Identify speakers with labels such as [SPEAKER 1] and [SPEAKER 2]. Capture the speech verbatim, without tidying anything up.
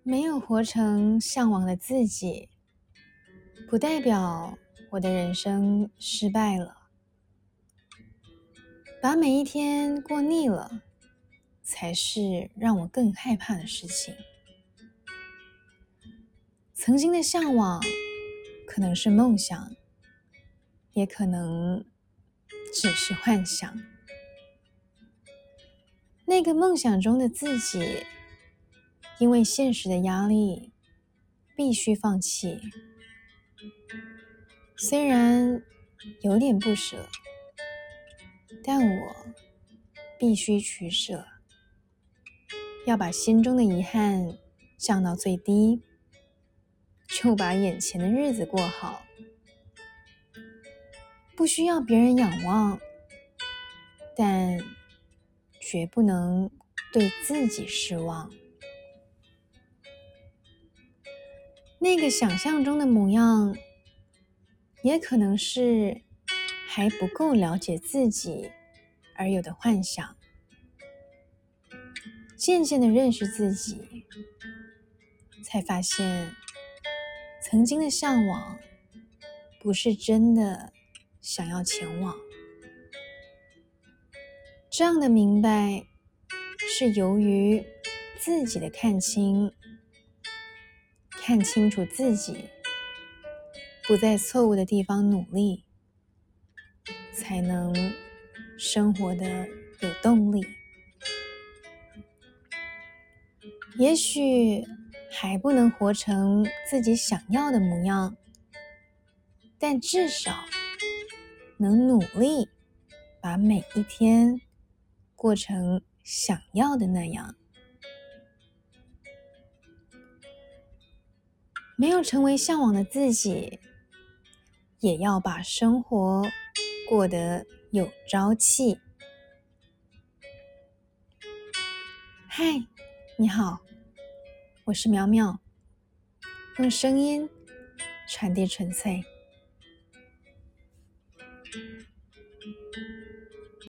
[SPEAKER 1] 没有活成向往的自己，不代表我的人生失败了。把每一天过腻了，才是让我更害怕的事情。曾经的向往，可能是梦想，也可能只是幻想。那个梦想中的自己，因为现实的压力，必须放弃。虽然有点不舍，但我必须取舍，要把心中的遗憾降到最低，就把眼前的日子过好。不需要别人仰望，但绝不能对自己失望。那个想象中的模样，也可能是还不够了解自己而有的幻想。渐渐地认识自己，才发现曾经的向往不是真的想要前往。这样的明白，是由于自己的看清，看清楚自己，不在错误的地方努力，才能生活的有动力。也许还不能活成自己想要的模样，但至少能努力把每一天过成想要的那样。没有成为向往的自己，也要把生活过得有朝气。嗨，你好，我是苗苗，用声音传递纯粹。